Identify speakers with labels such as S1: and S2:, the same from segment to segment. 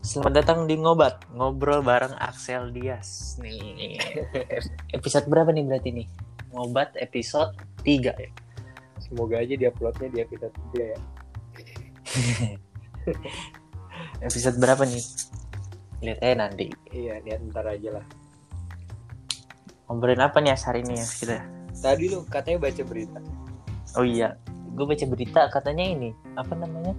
S1: Selamat datang di Ngobat, ngobrol bareng Axel Dias. Nih, episode berapa nih berarti nih? Ngobat episode 3 ya.
S2: Semoga aja dia uploadnya di episode 3 ya.
S1: Episode berapa nih? Lihat aja nanti.
S2: Iya, lihat ntar aja lah.
S1: Ngobrolin apa nih hari ini ya kita?
S2: Tadi lu katanya baca berita.
S1: Oh iya, gue baca berita katanya ini, apa namanya?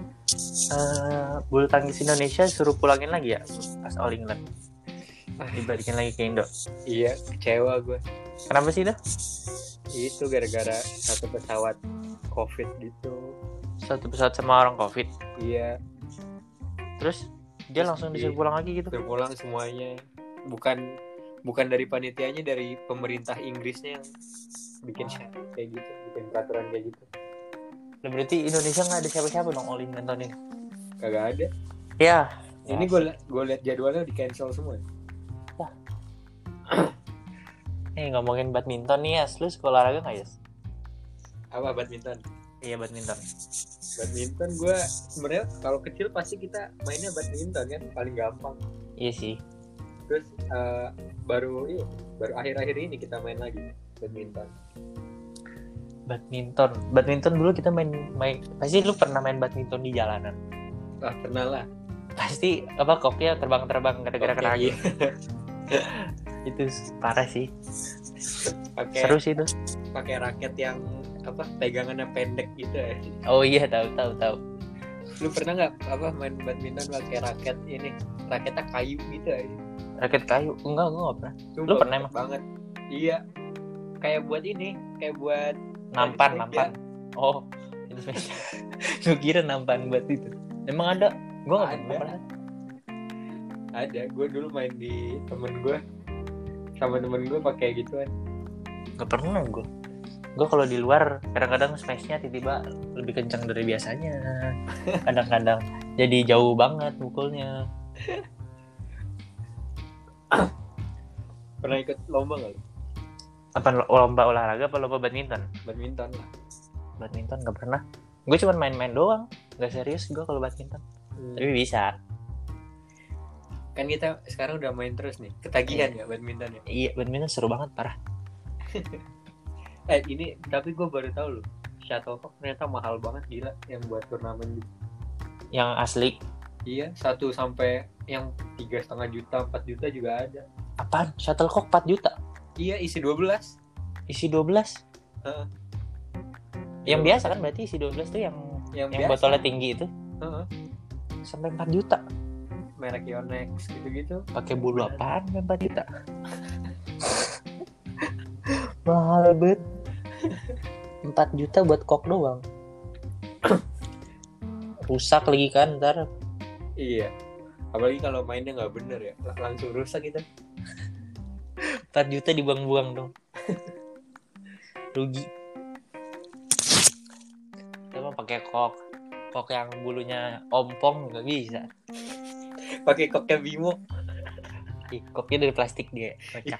S1: Bulu tangkis Indonesia suruh pulangin lagi ya pas All England. Dibalikin lagi ke Indo.
S2: Iya, kecewa gue.
S1: Kenapa sih itu?
S2: Itu gara-gara satu pesawat COVID gitu.
S1: Satu pesawat sama orang COVID.
S2: Iya.
S1: Terus dia langsung disuruh pulang lagi gitu.
S2: Disuruh pulang semuanya. Bukan dari panitianya, dari pemerintah Inggrisnya yang bikin kayak gitu, bikin peraturan kayak gitu.
S1: Nah, berarti Indonesia nggak ada siapa-siapa dong All England tahun ini?
S2: Kagak ada.
S1: Ya.
S2: Ini gue liat jadwalnya di cancel semua.
S1: Ngomongin badminton nih ya, lu sekolah olahraga nggak ya?
S2: Apa badminton?
S1: Iya badminton.
S2: Badminton gue sebenarnya kalau kecil pasti kita mainnya badminton kan paling gampang.
S1: Iya sih.
S2: Terus baru akhir-akhir ini kita main lagi badminton.
S1: Badminton dulu kita main. Pasti lu pernah main badminton di jalanan?
S2: Ah, pernah lah.
S1: Pasti apa koknya terbang gara-gara kena angin. Itu parah sih. Seru sih itu.
S2: Pakai raket yang apa pegangannya pendek gitu ya.
S1: Oh iya, tahu.
S2: Lu pernah nggak main badminton pakai raket ini? Raketnya kayu gitu ya.
S1: Raket kayu? Enggak, gue nggak pernah.
S2: Sumpah,
S1: lu pernah emang?
S2: Banget. Iya. Kayak buat
S1: nampan. Oh, itu spesial. Gue kira nampan buat itu. Emang ada? Gue nggak pernah.
S2: Ada. Gue dulu main di temen gue. Sama temen gue pakai gituan.
S1: Gak pernah gue. Gue kalau di luar kadang-kadang smash-nya tiba-tiba lebih kencang dari biasanya. Kadang-kadang jadi jauh banget mukulnya.
S2: Pernah ikut lomba nggak?
S1: Apa lomba olahraga apa lomba badminton?
S2: Badminton lah.
S1: Badminton gak pernah. Gue cuma main-main doang. Gak serius gue kalau badminton. Tapi bisa.
S2: Kan kita sekarang udah main terus nih. Ketagihan ya badminton ya?
S1: Iya, badminton seru banget, parah.
S2: Ini tapi gue baru tahu loh. Shuttlecock ternyata mahal banget, gila. Yang buat turnamen gitu.
S1: Yang asli?
S2: Iya, 1 sampai yang 3,5 juta, 4 juta juga ada.
S1: Apaan? Shuttlecock 4 juta?
S2: Iya, isi 12.
S1: Isi 12? Yang biasa kan berarti isi 12 tuh yang botolnya tinggi itu? Sampai 4 juta?
S2: Merek Yonex gitu-gitu.
S1: Pakai bulu apaan 4 juta? Mahal banget. 4 juta buat kok doang. Rusak lagi kan ntar.
S2: Iya. Apalagi kalau mainnya nggak bener ya, langsung rusak kita.
S1: 4 juta dibuang-buang dong. Rugi. Kita mah pakai kok yang bulunya ompong nggak bisa.
S2: Pakai koknya Bimo.
S1: Koknya dari plastik dia. Kocak.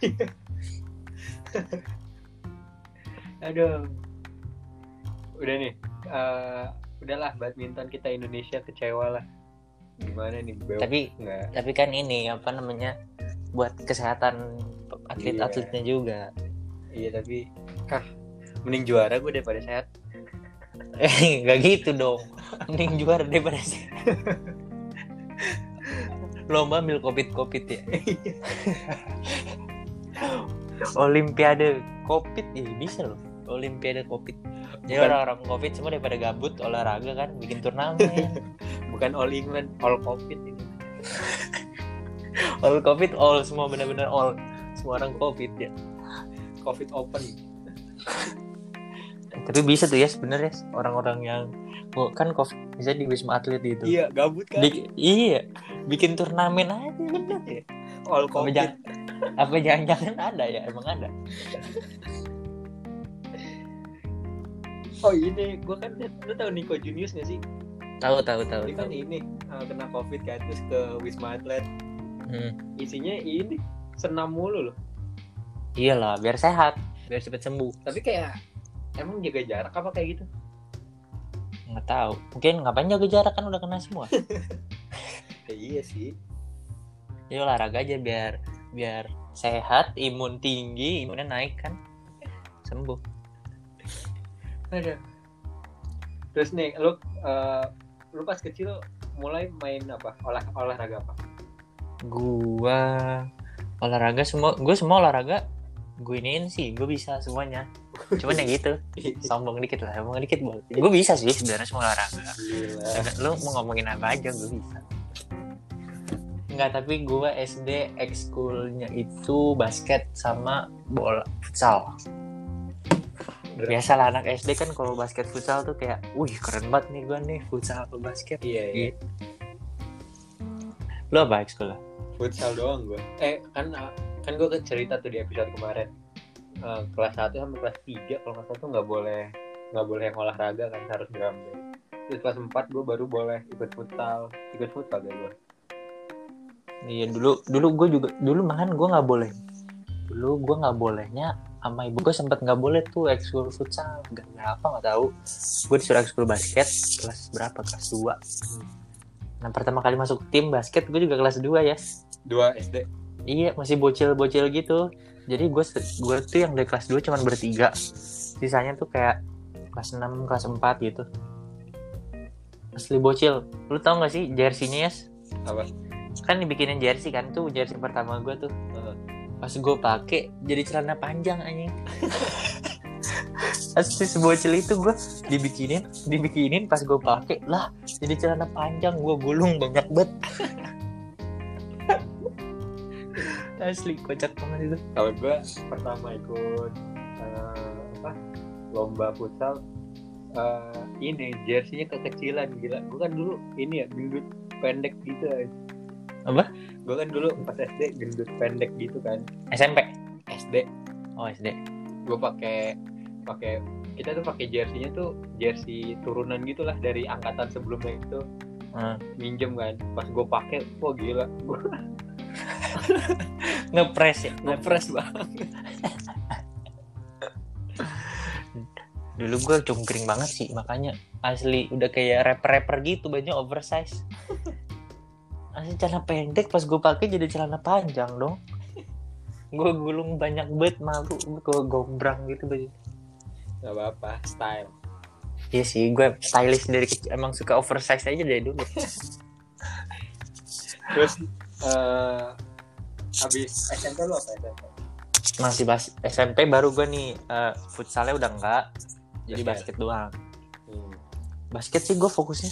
S2: Aduh. Udah nih. Udahlah badminton kita Indonesia kecewa lah. Gimana nih?
S1: Tapi kan ini apa namanya? Buat kesehatan atlet-atletnya juga.
S2: Iya, tapi mending juara gue daripada sehat.
S1: Gak gitu dong. Mending juara daripada sehat. Lomba ambil COVID ya. Olimpiade COVID ya bisa loh. Olimpiade COVID. Jadi orang-orang COVID semua daripada gabut olahraga kan bikin turnamen.
S2: Bukan All England, All COVID ini.
S1: All COVID, all semua benar-benar all. Semua orang COVID ya.
S2: COVID Open.
S1: Tapi bisa tuh ya sebenarnya orang-orang yang kan COVID bisa di Wisma Atlet gitu.
S2: Iya, gabut kan?
S1: Iya, bikin turnamen aja bener ya.
S2: All COVID.
S1: Apa jangan-jangan ada ya? Emang ada.
S2: Oh ini, gue kan lu tahu Nico Junius nggak sih?
S1: Tahu.
S2: Dia kan ini kena COVID kan terus ke Wisma Atlet. Isinya ini senam mulu loh.
S1: Iyalah, biar sehat, biar cepet sembuh.
S2: Tapi kayak emang jaga jarak apa kayak gitu?
S1: Nggak tahu. Mungkin ngapain jaga jarak kan udah kena semua.
S2: Ya Iya sih.
S1: Ya olahraga aja biar sehat, imun tinggi, imunnya naik kan, sembuh.
S2: Ada. Terus nih, lu pas kecil mulai main apa? Olahraga apa?
S1: Gua olahraga gue semua olahraga gue iniin sih, gue bisa semuanya. Cuman yang gitu, sombong dikit boleh. Gue bisa sih sebenarnya semua olahraga.
S2: Gila.
S1: Lu mau ngomongin apa aja gue bisa. Enggak, tapi gue SD ekskulnya itu basket sama bola futsal. Biasalah anak SD kan kalau basket futsal tuh kayak, wih keren banget nih gue nih futsal atau basket.
S2: Iya.
S1: Gitu. Lu apa ekskulnya?
S2: Futsal doang gue. Kan gue cerita tuh di episode kemarin. Kelas 1 sampai kelas 3 kalau nggak salah tuh nggak boleh yang olahraga kan, harus drum band. Terus kelas 4 gue baru boleh ikut futsal deh gue.
S1: Iya, dulu gue juga, dulu malahan gue nggak boleh. Dulu gue nggak bolehnya sama ibu gue, sempet nggak boleh tuh ekskul futsal. Gak nggak tahu. Gue disuruh ekskul basket kelas berapa? Kelas 2. Nah pertama kali masuk tim basket gue juga kelas 2 ya.
S2: 2 SD.
S1: Iya, masih bocil gitu. Jadi gue tuh yang dari kelas 2 cuma bertiga. Sisanya tuh kayak kelas 6, kelas 4 gitu. Asli bocil. Lu tau gak sih jersey-nya, Yes?
S2: Apa?
S1: Kan dibikinin jersey kan, tuh jersey pertama gue tuh. Pas gue pakai jadi celana panjang anjing. Asli sebocil itu gue dibikinin pas gue pakai lah jadi celana panjang, gue gulung banyak banget. Asli kocak banget itu.
S2: Kalau gue pertama ikut lomba futsal, ini jersinya kekecilan, gila. Gue kan dulu ini ya gendut pendek gitu aja.
S1: Apa?
S2: Gue kan dulu pas SD gendut pendek gitu kan.
S1: SMP.
S2: SD.
S1: Oh SD.
S2: Gue pakai kita tuh pakai jersinya tuh jersey turunan gitulah dari angkatan sebelumnya itu. Minjem kan. Pas gue pakai, wah gila.
S1: Ngepres
S2: banget.
S1: Dulu gue cungkring banget sih, makanya asli udah kayak rapper gitu, banyak oversize. Asli celana pendek pas gue pakai jadi celana panjang dong. Gue gulung banyak banget, malu gue gombrang gitu baju.
S2: Gak apa-apa, style.
S1: Iya sih, gue stylish dari kecil, emang suka oversize aja dari dulu.
S2: Terus habis SMP lu apa SMP?
S1: Masih SMP baru gue nih, futsalnya udah enggak, jadi basket doang. Basket sih gue fokusnya.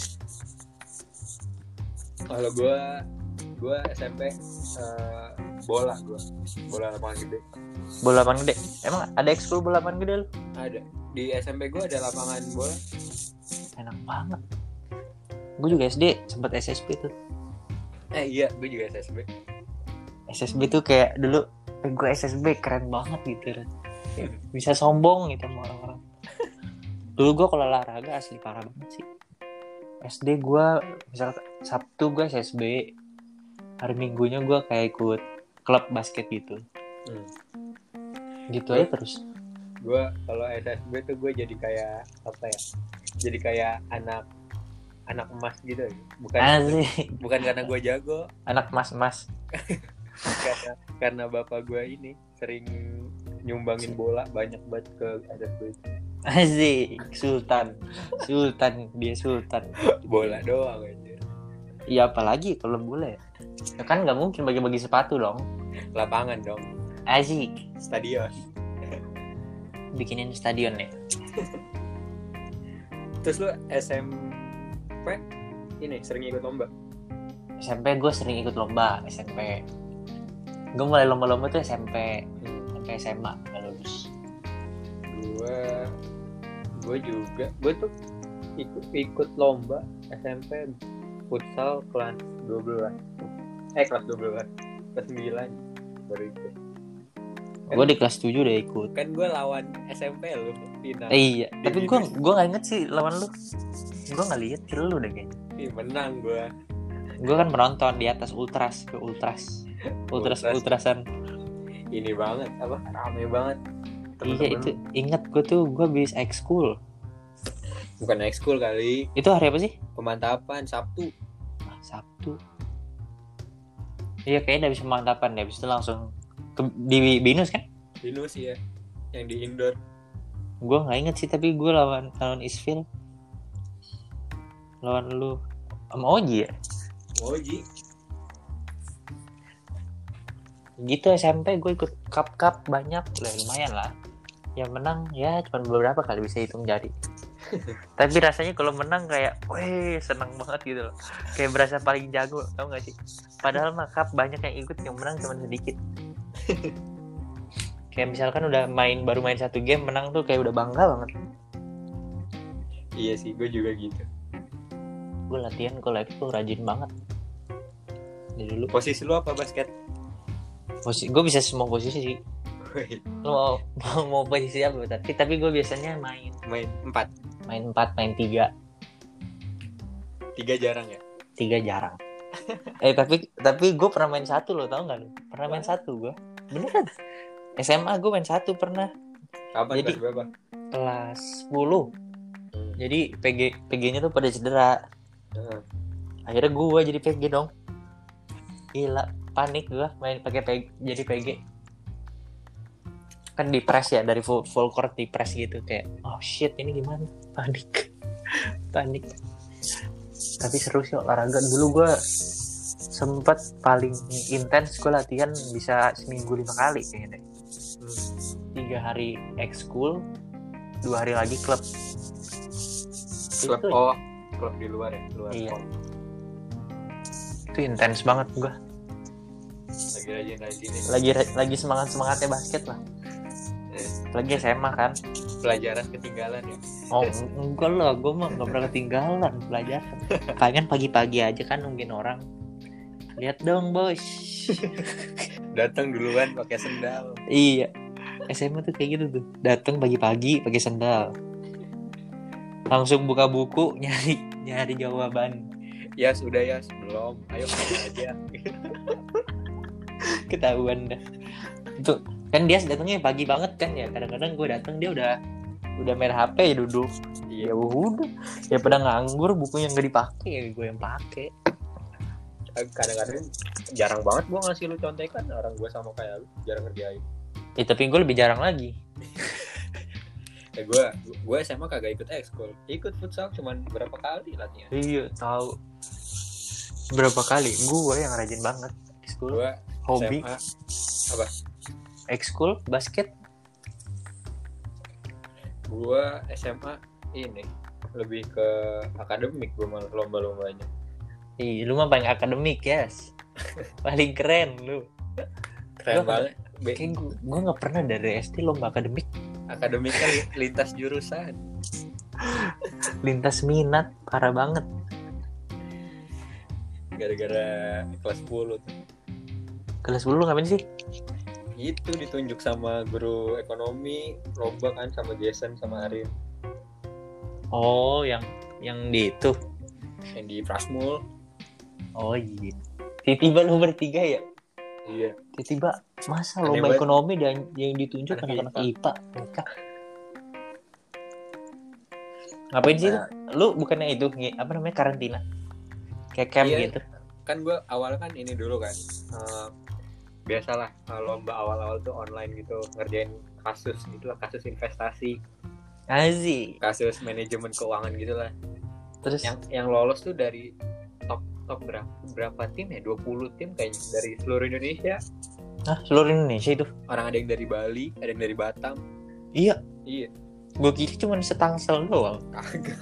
S2: Kalau gue SMP bola lapangan gede.
S1: Bola lapangan gede? Emang ada ekskul bola lapangan gede lu?
S2: Ada. Di SMP gue ada lapangan bola.
S1: Enak banget. Gue juga SD sempat SSB tuh.
S2: Iya, gue juga SSB.
S1: SSB tuh kayak dulu, gue SSB keren banget gitu. Bisa sombong gitu sama orang-orang. Dulu gue kalau olahraga asli parah banget sih. SD gue misal Sabtu gue SSB, hari Minggunya gue kayak ikut klub basket gitu. Gitu aja terus.
S2: Gue kalau SSB tuh gue jadi kayak apa ya? Jadi kayak anak emas gitu. Bukan karena gue jago.
S1: Anak emas.
S2: karena bapak gue ini sering nyumbangin bola banyak banget ke SSB.
S1: Asik, Sultan dia Sultan.
S2: Bola doang aja.
S1: Iya apalagi kalau bola ya. Ya kan nggak mungkin bagi-bagi sepatu dong.
S2: Lapangan dong.
S1: Asik.
S2: Stadion.
S1: Bikinin stadion ya.
S2: Terus lu SMP ini sering ikut lomba?
S1: SMP gue sering ikut lomba SMP. Gue mulai lomba-lomba tuh SMP sampai SMA nggak lulus.
S2: Gue juga. Gue tuh ikut lomba SMP futsal kelas 12. Kelas 12. Kelas 9 baru ikut.
S1: Gue di kelas 7 udah ikut.
S2: Kan gue lawan SMP lu final.
S1: Iya, tapi gue nggak inget sih lawan lu. Gue nggak lihat kill lu deh kayaknya.
S2: Menang gue.
S1: Gue kan penonton di atas ultrasan.
S2: Ini banget apa? Rame banget.
S1: Iya itu inget gue tuh, gue habis ekskul.
S2: Bukan ekskul kali.
S1: Itu hari apa sih?
S2: Pemantapan Sabtu.
S1: Sabtu. Iya kayaknya udah bisa pemantapan ya. Habis itu langsung di Binus kan?
S2: Binus ya, yang di indoor.
S1: Gue nggak inget sih, tapi gue lawan Isfil, lawan lu sama Oji ya.
S2: Oji.
S1: Gitu SMP gue ikut cup banyak lah, lumayan lah. Yang menang ya cuma beberapa kali, bisa hitung jari. Tapi rasanya kalau menang kayak, weh seneng banget gitu loh. Kayak berasa paling jago, tau gak sih? Padahal mah cup banyak yang ikut, yang menang cuma sedikit. Kayak misalkan udah baru main 1 game menang tuh kayak udah bangga banget.
S2: Iya sih, gue juga gitu.
S1: Gue latihan kalau itu rajin banget. Dari dulu.
S2: Posisi lu apa basket?
S1: Gue bisa semua posisi sih. Lo mau posisi apa? Tapi gue biasanya main
S2: 4.
S1: Main 4, main 3.
S2: 3 jarang ya?
S1: 3 jarang. Tapi gue pernah main 1 lo, tau gak lo? Pernah main 1 gue. Beneran. SMA gue main 1 pernah.
S2: Kapan?
S1: Jadi,
S2: kelas berapa?
S1: Kelas 10. Jadi PG-nya tuh pada cedera. Akhirnya gue jadi PG dong. Gila, panik gue main pakai jadi PG. Kan di press ya, dari full court di press gitu, kayak oh shit ini gimana, panik. Tapi seru sih olahraga. Dulu gue sempet paling intens gue latihan bisa seminggu 5 kali kayaknya deh. 3 hari ekskul, 2 hari lagi klub.
S2: Klub di luar ya, luar.
S1: Iya. Itu intens banget gue. Lagi semangatnya basket lah. Lagi SMA kan.
S2: Pelajaran ketinggalan ya?
S1: Oh enggak lah, gue mah gak pernah ketinggalan pelajaran. Kalian pagi-pagi aja kan nungguin orang. Lihat dong bos.
S2: Datang duluan pakai sendal.
S1: Iya, SMA tuh kayak gitu tuh. Datang pagi-pagi pakai sendal. Langsung buka buku nyari jawaban.
S2: Ya sudah ya, belum. Ayo aja.
S1: Ketahuan dah. Itu kan dia datangnya pagi banget kan ya. Kadang-kadang gue datang dia udah main HP ya, duduk.
S2: Iya.
S1: Ya udah. Ya pada nganggur, bukunya nggak dipakai, ya gue yang pakai.
S2: Kadang-kadang jarang banget gue ngasih lu contekan, orang gue sama kayak lu jarang ngerjain.
S1: Tapi gue lebih jarang lagi.
S2: Gue SMA kagak ikut ekskul, ikut futsal cuman berapa kali latihan.
S1: Iya tahu. Berapa kali? Gue yang rajin banget. Ekskul.
S2: Gue
S1: Hobi.
S2: SMA, apa?
S1: Ekskul basket.
S2: Gue SMA ini lebih ke akademik, gue malah lomba-lombanya.
S1: Iya, lu mah paling akademik, yes. Paling keren lu.
S2: Keren banget.
S1: Kayak gue nggak pernah dari SD lomba akademik.
S2: Akademik kan lintas jurusan.
S1: Lintas minat, parah banget.
S2: Gara-gara kelas 10 tuh.
S1: Kelas 10 lu ngapain sih?
S2: Itu ditunjuk sama guru ekonomi, lomba kan sama Jason sama Arin.
S1: Oh, yang di itu.
S2: Yang di Prasmul.
S1: Oh iya. Tiba-tiba lu bertiga ya?
S2: Iya.
S1: Tiba-tiba masa
S2: Aneh
S1: lomba
S2: banget.
S1: ekonomi dan yang ditunjuk
S2: Anak
S1: anak-anak IPA. Ngapain sih lu? Bukannya itu apa namanya, karantina? Kayak camp gitu.
S2: Kan gue awal kan ini dulu kan. Biasalah lomba awal-awal tuh online gitu, ngerjain kasus gitulah, kasus investasi.
S1: Asik.
S2: Kasus manajemen keuangan gitulah.
S1: Terus
S2: yang lolos tuh dari top berapa tim ya? 20 tim kayaknya dari seluruh Indonesia.
S1: Seluruh Indonesia itu?
S2: Orang ada yang dari Bali, ada yang dari Batam.
S1: Iya. Gue kira cuma setangsel doang.
S2: Kagak.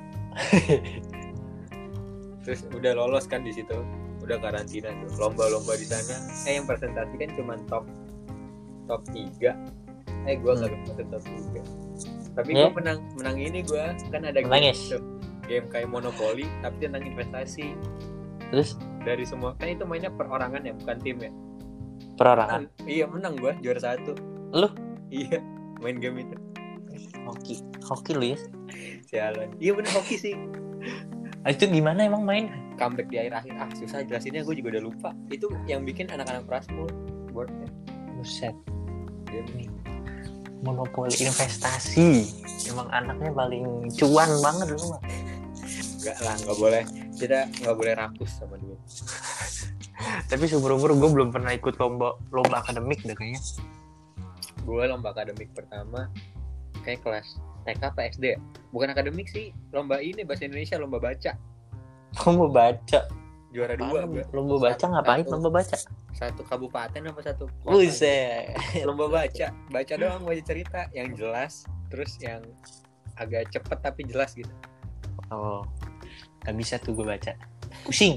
S2: Terus udah lolos kan di situ, udah karantina tuh, lomba-lomba di sana. Yang presentasi kan cuma top 3. Gue nggak masuk top 3. Tapi gue menang ini, gue kan ada game kayak Monopoly tapi tentang investasi.
S1: Terus
S2: dari semua kan itu mainnya perorangan ya, bukan tim ya.
S1: Perorangan.
S2: Iya, menang gue, juara 1.
S1: Lu?
S2: Iya, main game itu.
S1: Hoki lu ya?
S2: Sialan. Iya bener, hoki sih.
S1: Itu gimana emang main?
S2: Comeback di akhir-akhir. Susah jelasinnya, gue juga udah lupa. Itu yang bikin anak-anak Prasmul boardnya.
S1: Buset. Ini monopoli investasi. Emang anaknya paling cuan banget lu mah.
S2: Enggak lah, nggak boleh. Kita nggak boleh rakus sama dia.
S1: Tapi seumur-umur gue belum pernah ikut lomba akademik deh kayaknya.
S2: Gue lomba akademik pertama kayak kelas TK apa SD ya? Bukan akademik sih, lomba ini bahasa Indonesia, lomba baca.
S1: Lomba baca.
S2: Juara 2 gue.
S1: Lomba baca ngapain lomba baca?
S2: Satu kabupaten apa satu kota?
S1: Buset.
S2: Lomba baca doang, baca cerita yang jelas, terus yang agak cepet tapi jelas gitu.
S1: Oh, gak bisa tuh gue baca. Pusing.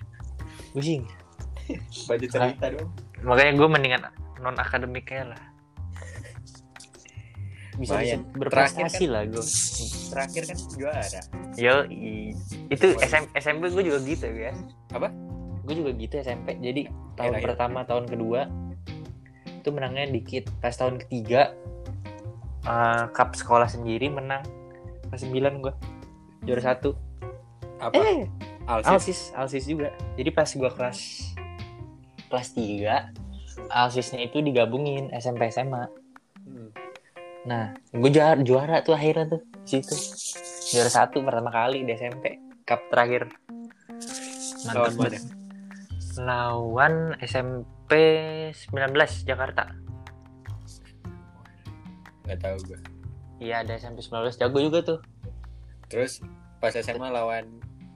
S2: Baca cerita doang.
S1: Makanya gue mendingan non akademiknya lah. Bisa berprestasi lah gue.
S2: Terakhir kan juara.
S1: Yo, itu SMP gue juga gitu ya.
S2: Apa?
S1: Gue juga gitu SMP. Jadi tahun pertama, tahun kedua itu menangnya dikit. Pas tahun ketiga cup sekolah sendiri menang. Kelas 9 gue juara 1.
S2: Apa?
S1: Alsis juga. Jadi pas gue kelas 3 Alsisnya itu digabungin SMP SMA. Nah, gue juara tuh akhirnya tuh situ. Juara 1 pertama kali di SMP, cup terakhir. Mantap banget. Lawan SMP 19 Jakarta.
S2: Gak tahu gue.
S1: Iya, ada SMP 19 jago juga tuh.
S2: Terus pas SMA lawan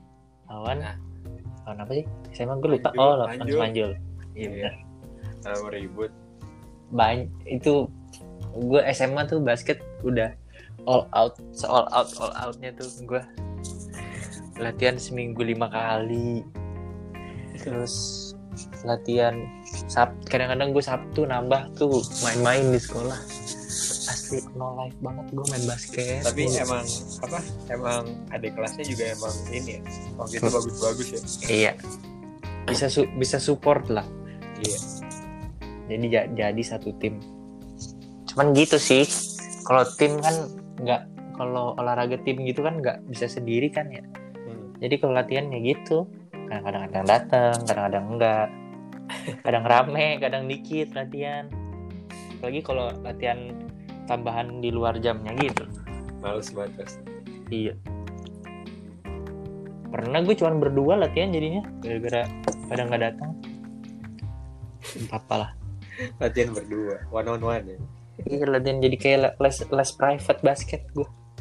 S1: apa sih? SMA gue lupa. Lawan Manjul. Iya benar.
S2: Lawan ribut.
S1: Itu gue SMA tuh basket udah all outnya tuh gue latihan seminggu 5 kali, terus latihan kadang-kadang gue Sabtu nambah tuh main-main di sekolah. Asli no life banget gue main basket.
S2: Tapi emang adik kelasnya juga emang ini ya, waktu itu bagus-bagus ya. Iya,
S1: bisa support lah.
S2: Iya,
S1: jadi satu tim. Cuman gitu sih, kalau tim kan nggak, kalau olahraga tim gitu kan nggak bisa sendiri kan ya. Jadi kalau latihan ya gitu, kadang-kadang datang, kadang-kadang enggak, kadang rame, kadang dikit latihan. Apalagi kalau latihan tambahan di luar jamnya gitu.
S2: Males banget.
S1: Iya. Pernah gue cuma berdua latihan jadinya, gara-gara pada nggak datang. Apalah.
S2: Latihan berdua, one on one ya.
S1: Iya, latihan jadi kayak les private basket gue.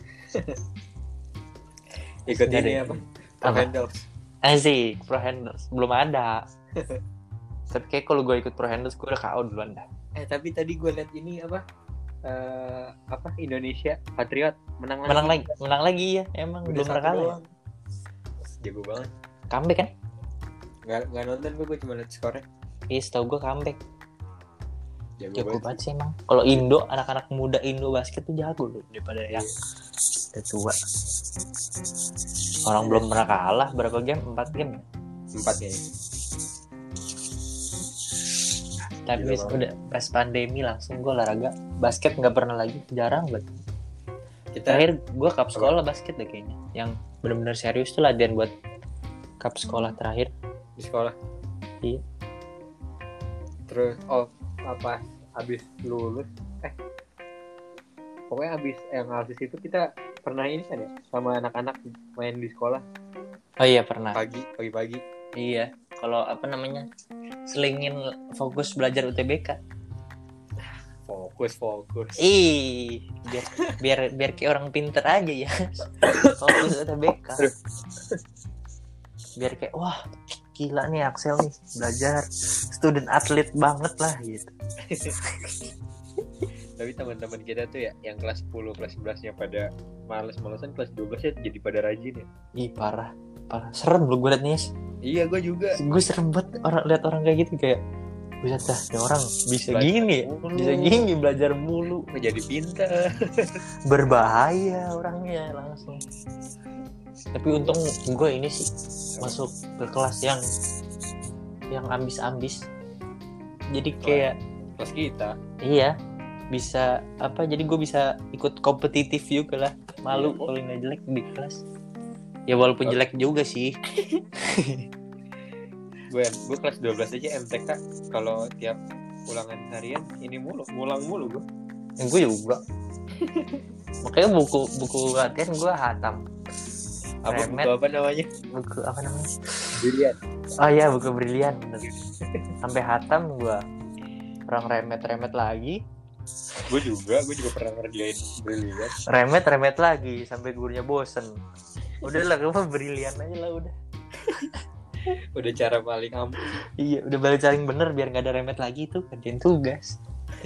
S2: Ikut ini apa? Pro handles.
S1: Asik, pro handles. Belum ada. Tapi kayak kalau gue ikut pro handles gue udah KO duluan dah.
S2: Tapi tadi gue liat ini apa Indonesia Patriot menang
S1: lagi ya. Emang belum pernah kalah.
S2: Jago banget.
S1: Comeback kan?
S2: Nggak nonton gue cuma liat skornya.
S1: Iya, setahu gue comeback. Jago banget sih emang. Kalau anak-anak muda Indo basket tuh jago loh daripada yang udah tua. Orang belum pernah kalah berapa game? 4 game.
S2: 4 ya.
S1: Tapi udah pas pandemi langsung gue olahraga basket nggak pernah lagi, jarang banget. Terakhir gue cup sekolah basket deh kayaknya. Yang benar-benar serius tuh latihan buat cup sekolah terakhir
S2: di sekolah.
S1: Iya.
S2: Terus apa habis lulus pokoknya habis yang habis itu kita pernah ini kan ya sama anak-anak main di sekolah.
S1: Oh iya pernah.
S2: Pagi-pagi.
S1: Iya. Kalau selingin fokus belajar UTBK.
S2: Fokus.
S1: Biar kayak orang pinter aja ya. Fokus UTBK. Biar kayak wah gila nih Axel nih belajar student athlete banget lah gitu.
S2: Tapi teman-teman kita tuh ya yang kelas 10, kelas 11-nya pada males-malesan, kelas 12-nya jadi pada rajin ya.
S1: Ih parah. Serem lu gue liat nih.
S2: Iya gue juga.
S1: Gue serem banget lihat orang kayak gitu kayak bisa dah ya orang bisa belajar gini mulu. Bisa gini belajar mulu
S2: jadi pintar.
S1: Berbahaya orangnya langsung. Tapi untung gue ini sih masuk ke kelas yang ambis-ambis. Jadi kayak
S2: kelas kita.
S1: Iya. Bisa jadi gue bisa ikut kompetitif juga lah. Malu kalau nggak jelek di kelas. Ya walaupun jelek juga sih.
S2: Gue kelas 12 aja MTK kalau tiap ulangan harian ini ngulang mulu gue.
S1: Gue juga. Makanya buku latihan gue hatam.
S2: Buku apa namanya? Dilihat.
S1: Oh iya, buku brilian bener. Sampai hatam gue. Orang remet lagi.
S2: Gue juga pernah ngerjain brilian.
S1: Remet lagi sampai gurunya bosen. Udah lah, kamu brilian aja lah udah.
S2: Udah cara paling ampuh.
S1: Iya, udah balik saling bener biar nggak ada remet lagi tuh kerjain tugas.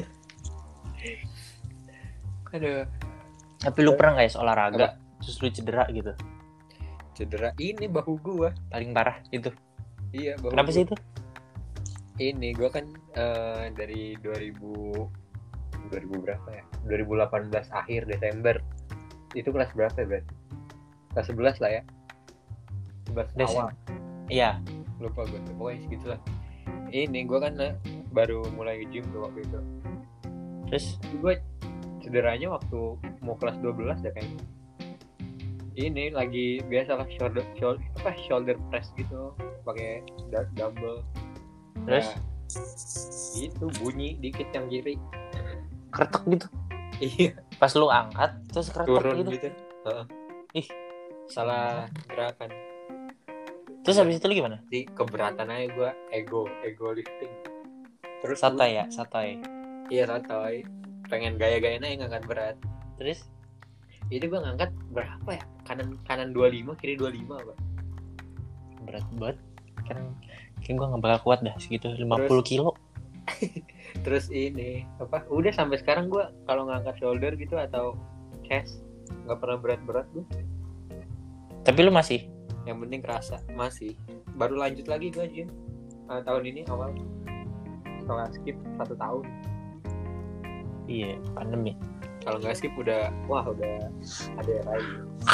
S2: Aduh.
S1: Tapi lu pernah nggak ya olahraga terus lu cedera gitu?
S2: Cedera ini bahu gua
S1: Paling parah itu.
S2: Iya, bahu.
S1: Kenapa sih itu?
S2: Ini gua kan dari 2000 berapa ya? 2018 akhir Desember. Itu kelas berapa ya, Bro? Kelas 11 lah ya. 11 awal.
S1: Iya.
S2: Lupa gue. Pokoknya segitulah. Ini gua kan baru mulai gym tuh waktu itu.
S1: Terus
S2: Gue cederanya waktu mau kelas 12 ya kayaknya. Ini lagi biasalah shoulder press gitu, pakai dumbbell.
S1: Terus
S2: Nah, itu bunyi dikit yang kiri.
S1: kretek gitu.
S2: Iya,
S1: Pas lu angkat terus kretek
S2: turun
S1: gitu.
S2: gitu.
S1: Ih,
S2: Salah gerakan.
S1: terus habis itu lu gimana?
S2: Di keberatan aja gue ego lifting. Terus
S1: Satoy.
S2: Iya, satoy. Pengen gaya-gayanya yang ngangkat berat.
S1: Terus
S2: Itu gue ngangkat berapa ya? Kanan 25, kiri 25 apa?
S1: berat banget. Kan kayak gue nggak bakal kuat dah segitu 50 kilo.
S2: Terus ini apa? Udah sampai sekarang gue kalau ngangkat shoulder gitu atau chest nggak pernah berat-berat gue.
S1: Tapi lu masih?
S2: Yang penting kerasa masih. Baru lanjut lagi gue gym tahun ini awal. Setelah skip 1 tahun.
S1: Iya, pandemi.
S2: Kalau nggak skip udah ada lagi.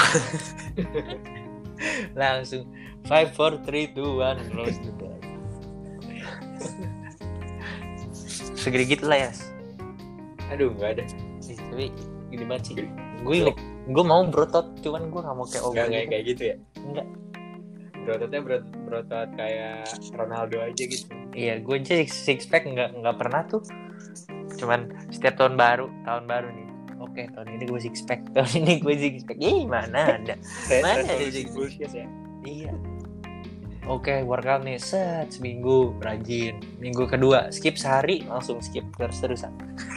S1: Langsung 5 4 3 2 1 close the door. Segede gitu lah ya.
S2: Aduh, nggak ada.
S1: Tapi gini banget sih. Gue mau berotot, cuman gue nggak mau kayak
S2: Nggak kayak gitu ya?
S1: Enggak.
S2: Berototnya berotot kayak Ronaldo aja gitu.
S1: Iya, gue aja six pack nggak pernah tuh. Cuman setiap tahun baru nih. Oke, tahun ini gue six pack. Tahun ini gue six pack. Mana ada? Mana ada six
S2: bullshit ya?
S1: Iya. Oke, workout nih seminggu rajin. Minggu kedua skip sehari langsung skip terus-terusan.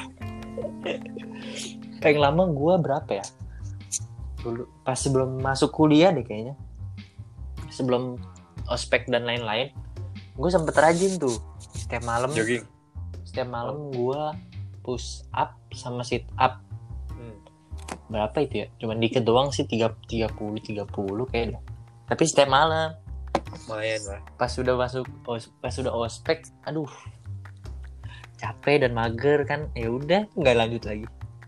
S1: Paling lama gue berapa ya? Dulu pas sebelum masuk kuliah deh kayaknya. Sebelum ospek dan lain-lain, gue sempet rajin tuh. Setiap malam
S2: jogging.
S1: Setiap malam gue push up sama sit up. Berapa itu ya? Cuman dikit doang sih, 30 kayaknya. Tapi setiap malam.
S2: Lumayan lah.
S1: Pas udah ospek, aduh. Capek dan mager kan. Ya udah, enggak lanjut lagi.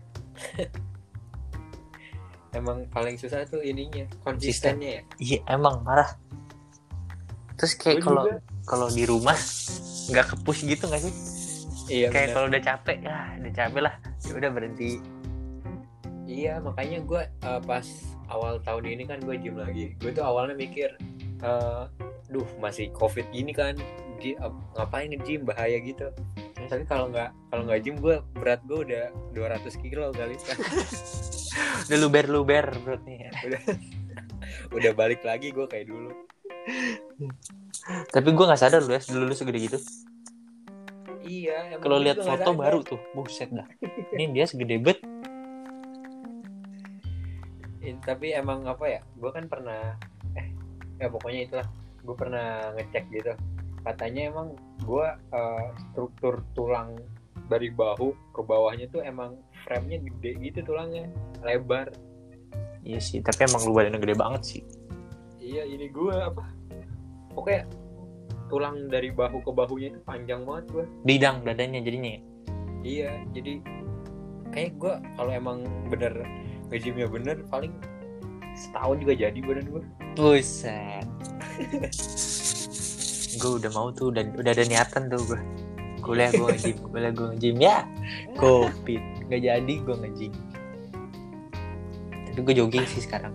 S2: Emang paling susah tuh ininya, konsistennya ya.
S1: Iya, emang parah. Terus kayak kalau di rumah enggak ke-push gitu enggak sih?
S2: Iya,
S1: kayak kalau udah capek lah, ya udah berhenti.
S2: Iya, makanya gue pas awal tahun ini kan gue gym lagi. Gue tuh awalnya mikir, masih covid gini kan, ngapain nge-gym, bahaya gitu. Tapi kalau nggak gym berat gue udah 200 kilo kali kan.
S1: Udah luber beratnya.
S2: Udah balik lagi gue kayak dulu.
S1: Tapi gue nggak sadar dulu segede gitu.
S2: Iya.
S1: Kalau lihat foto baru tuh, buset dah. Ini dia segede bet.
S2: Tapi emang apa ya? Gue kan pernah, pokoknya itulah. Gue pernah ngecek gitu. Katanya emang gue struktur tulang dari bahu ke bawahnya tuh emang frame-nya gede gitu tulangnya, lebar.
S1: Iya sih, tapi emang lu badannya gede banget sih.
S2: Iya, ini gue apa? Pokoknya tulang dari bahu ke bahunya itu panjang banget gue.
S1: Bidang dadanya jadinya.
S2: Iya, jadi kayak gue kalau emang bener nge-gymnya bener paling setahun juga jadi badan gue.
S1: Buset. Gue udah mau tuh, udah ada niatan tuh gue. Kuliah gue nge-gym ya. Covid nggak jadi gue nge-gym. Tapi gue jogging sih sekarang.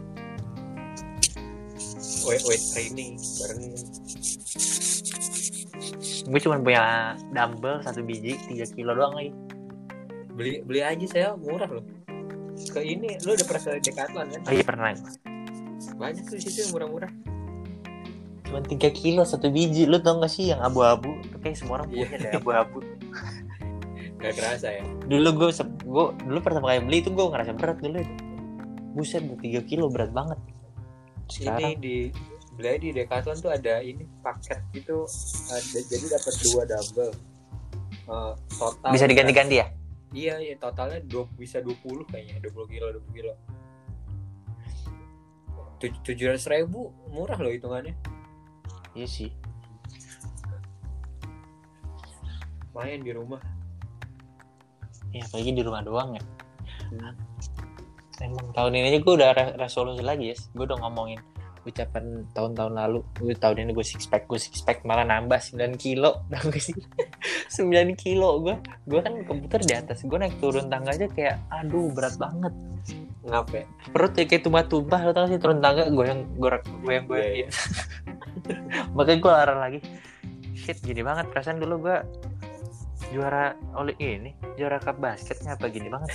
S2: Weight training bareng.
S1: Gue cuma punya dumbbell 1 biji 3 kilo doang lagi.
S2: Beli aja, saya murah loh. Ke ini lu udah pernah ke Decathlon kan?
S1: Oh iya pernah.
S2: Banyak tuh di situ yang murah-murah.
S1: Cuma 3 kilo satu biji. Lu tau gak sih yang abu-abu? Itu kayak semua orang punya deh abu-abu.
S2: Gak kerasa ya.
S1: Dulu gue dulu pertama kali beli itu gue ngerasa berat dulu itu. Buset, 3 kilo berat banget. Sekarang
S2: Ini beli di Decathlon tuh ada ini paket gitu, jadi dapat 2 dumbbell. Total
S1: bisa diganti-ganti ya?
S2: Iya, totalnya bisa 20 kayaknya, 20 kilo. 700.000 murah loh hitungannya.
S1: Iya sih.
S2: Main di rumah.
S1: Ya apalagi di rumah doang ya. Emang tahun ini aja gue udah resolusi lagi ya. Gue udah ngomongin ucapan tahun-tahun lalu. Gue tahun ini gue six pack malah nambah 9 kilo. Tau gak sih? 9 kilo gue kan komputer di atas. Gue naik turun tangga aja kayak aduh berat banget.
S2: Ngapain?
S1: Perut ya kayak tumpah-tumpah. Lo tau sih turun tangga gue yang
S2: Iya.
S1: Makanya gue larang lagi. Shit gini banget. Perasaan dulu gue juara cup basketnya apa gini banget.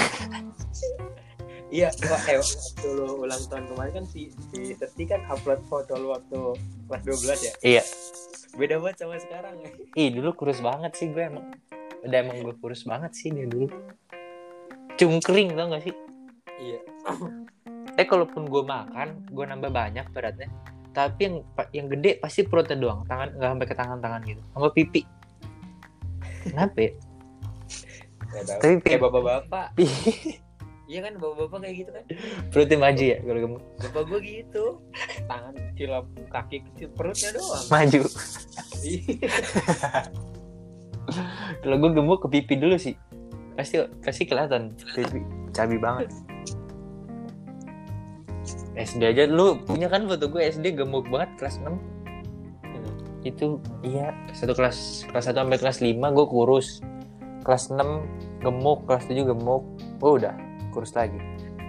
S2: Iya, waktu lu ulang tahun kemarin kan si Seti kan upload foto lu waktu kelas 12 ya?
S1: Iya.
S2: Beda banget sama sekarang ya.
S1: Dulu kurus banget sih gue emang. Emang gue kurus banget sih dia dulu. Cungkring tau gak sih?
S2: Iya.
S1: Kalaupun gue makan, gue nambah banyak beratnya. Tapi yang gede pasti perutnya doang, tangan nggak sampai ke tangan gitu, sama pipi. Kenapa ya?
S2: Tapi kayak bapak-bapak. Iya kan bapak-bapak kayak gitu kan.
S1: Perutnya maju ya kalau gemuk.
S2: Bapak gue gitu. Tangan kecil, kaki kecil, perutnya doang.
S1: Maju. Kalau gue gemuk ke pipi dulu sih. Pasti kelihatan pipi cabi banget. SD aja lu punya kan foto gue SD gemuk banget kelas 6. Itu iya, kelas 1 sampai kelas 5 gue kurus. Kelas 6 gemuk, kelas 7 gemuk. Oh udah kurus lagi.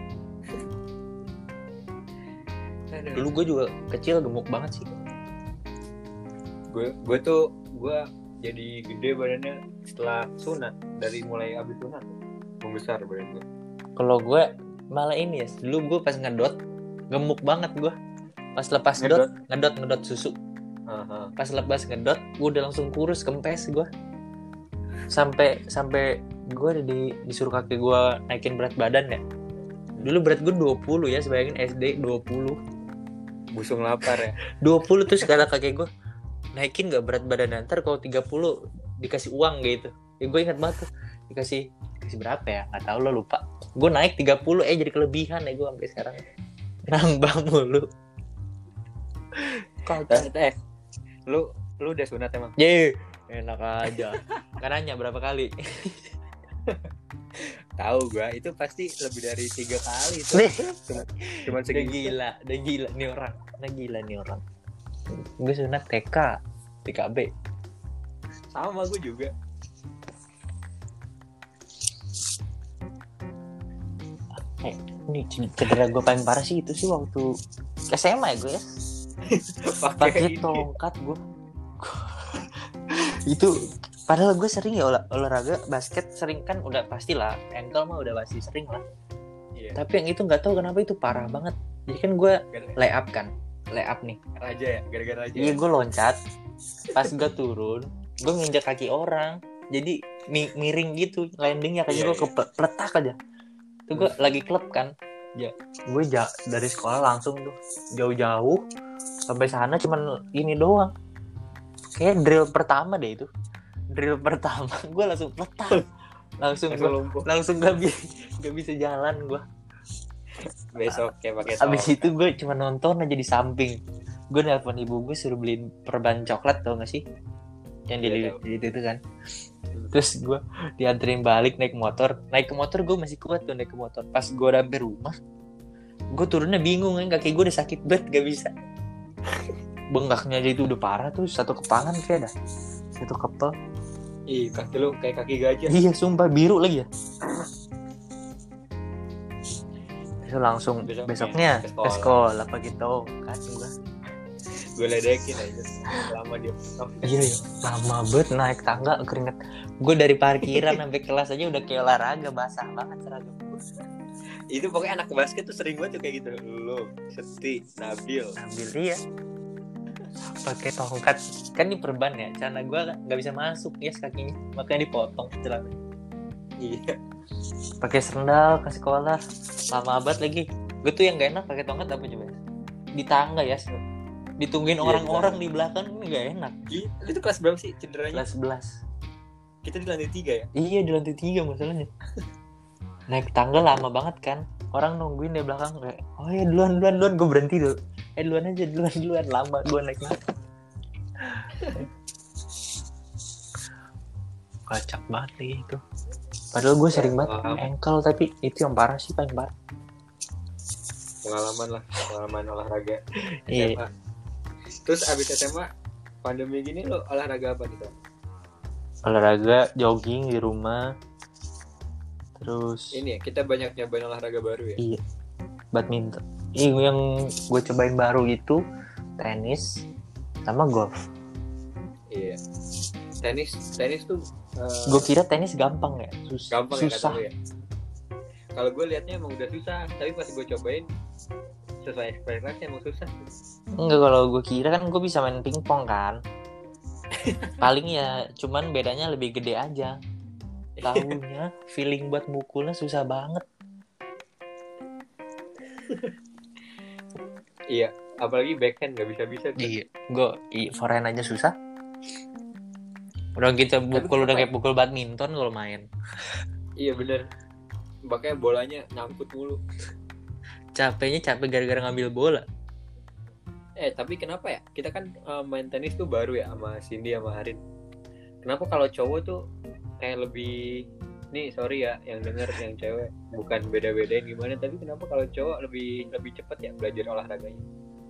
S1: Dulu gue juga kecil gemuk banget sih.
S2: Gue jadi gede badannya setelah sunat, dari mulai abis sunat membesar badan gue.
S1: Kalau gue malah ini ya, dulu gue pas ngedot gemuk banget gue. Pas lepas ngedot susu. Pas lepas ngedot gue udah langsung kurus, kempes gue. Sampai gue disuruh kakek gue naikin berat badan ya. Dulu berat gue 20 ya, sebayangin SD 20.
S2: Busung lapar ya.
S1: 20 terus kata kakek gue, naikin gak berat badan, ntar kalau 30 dikasih uang gitu. Ya gue ingat banget tuh, dikasih berapa ya, gak tahu lo, lupa. Gue naik 30 jadi kelebihan ya gue sampai sekarang. Nambah mulu.
S2: Lu udah sunat emang?
S1: Enak aja. Kan nanya berapa kali?
S2: Tahu gua, itu pasti lebih dari 3 kali itu. Cuma segitu.
S1: Udah gila nih orang. Gue sunat TK, TKB.
S2: Sama gue juga.
S1: Ini cedera gue paling parah sih itu sih waktu SMA ya gue ya. Pakai tongkat gue. Itu padahal gue sering ya olahraga basket, sering kan udah pastilah, ankle mah udah pasti sering lah. Iya. Tapi yang itu nggak tahu kenapa itu parah banget. Jadi kan gue lay up nih.
S2: Raja ya, gara-gara raja.
S1: Iya, gue loncat. Pas gue turun, gue nginjak kaki orang. Jadi miring gitu landingnya, kayak gue kepletak aja. Itu gue lagi klub kan. Ya, gue dari sekolah langsung tuh jauh-jauh sampai sana cuman ini doang. Kayak drill pertama deh itu. Drill pertama gue langsung pletak. Langsung gak bisa jalan gue.
S2: Besok kayak pakai tongkat.
S1: Abis itu gue cuma nonton aja di samping. Gue nelpon ibu gue suruh beliin perban coklat, tau gak sih? Yang di itu kan. Terus gue dianterin balik naik ke motor gue masih kuat tuh naik ke motor. Pas gue udah sampai rumah, gue turunnya bingung kan, kaki gue udah sakit banget, gak bisa. Bengkaknya aja itu udah parah tuh, satu kepangan kayak dah, satu kepel.
S2: Ih, kaki lu kayak kaki gajah.
S1: Iya, sumpah biru lagi ya. Terus langsung besoknya ke sekolah pagi tongkat gue
S2: ledekin aja lama dia.
S1: Iya, lama banget naik tangga keringet. Gue dari parkiran sampai kelas aja udah kayak olahraga, basah banget seragam gue.
S2: Itu pokoknya anak basket tuh sering banget tuh kayak gitu. Lu, Seti, Nabil
S1: iya. pakai tongkat kan ini perban ya, celana gue nggak bisa masuk ya kakinya, makanya dipotong celana.
S2: Iya.
S1: Pakai sendal ke sekolah lama abad lagi. Gue tuh yang gak enak pakai tongkat apa coba, di tangga ya, ditungguin
S2: Iya,
S1: orang-orang di belakang, ini gak enak.
S2: Itu kelas berapa sih cederanya?
S1: Kelas 11.
S2: Kita di lantai 3 ya?
S1: Iya di lantai 3 masalahnya. Naik tangga lama banget kan, orang nungguin di belakang kayak, oh ya duluan, gue berhenti dulu. Duluan aja, lama gue naik. Kacak banget nih itu. Padahal gue sering banget ankle, tapi itu yang parah sih, paling parah.
S2: Pengalaman olahraga SMA.
S1: Iya.
S2: Terus abis SMA pandemi gini lo olahraga apa nih?
S1: Olahraga jogging di rumah. Terus
S2: ini ya, kita banyak nyobain olahraga baru ya.
S1: Iya. Badminton. Yang gue cobain baru itu tenis sama golf.
S2: Iya. Tenis tuh
S1: Gue kira tenis gampang ya.
S2: gampang
S1: susah.
S2: Ya. Kalau gue liatnya emang udah susah, tapi pas gue cobain sesuai ekspektasi emang susah.
S1: Enggak, kalau gue kira kan gue bisa main pingpong kan. Paling ya cuman bedanya lebih gede aja. Tahunya feeling buat mukulnya susah banget.
S2: Iya, apalagi backhand gak bisa-bisa.
S1: Iya, gue forehand aja susah. Udah kita pukul udah kayak pukul badminton kalau main.
S2: Iya bener. Makanya bolanya nyangkut mulu.
S1: Capek gara-gara ngambil bola.
S2: Tapi kenapa ya? Kita kan main tenis tuh baru ya sama Cindy sama Harin. Kenapa kalau cowok tuh kayak lebih, nih sorry ya yang denger yang cewek, bukan beda-bedain gimana, tapi kenapa kalau cowok lebih cepat ya belajar olahraganya?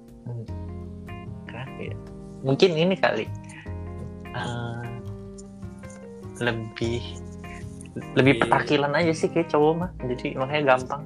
S1: Kenapa ya? Mungkin ini kali. Lebih petakilan aja sih kayak cowok mah, jadi makanya gampang.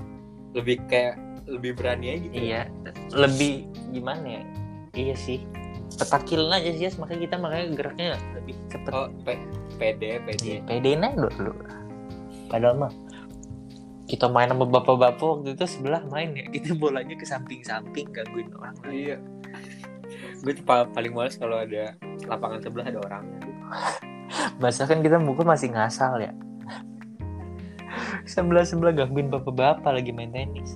S1: Lebih berani aja gitu. Iya, lebih gimana ya? Iya sih, petakilan aja sih, makanya geraknya lebih cepet.
S2: Oh, pede
S1: aja dulu. Padahal mah kita main sama bapak-bapak waktu itu sebelah main ya, kita bolanya ke samping-samping gangguin orang.
S2: Iya. Gue paling males kalau ada lapangan sebelah ada orangnya.
S1: Bahasa kan kita mukul masih ngasal ya. Sebelah gangguin bapak-bapak lagi main tenis.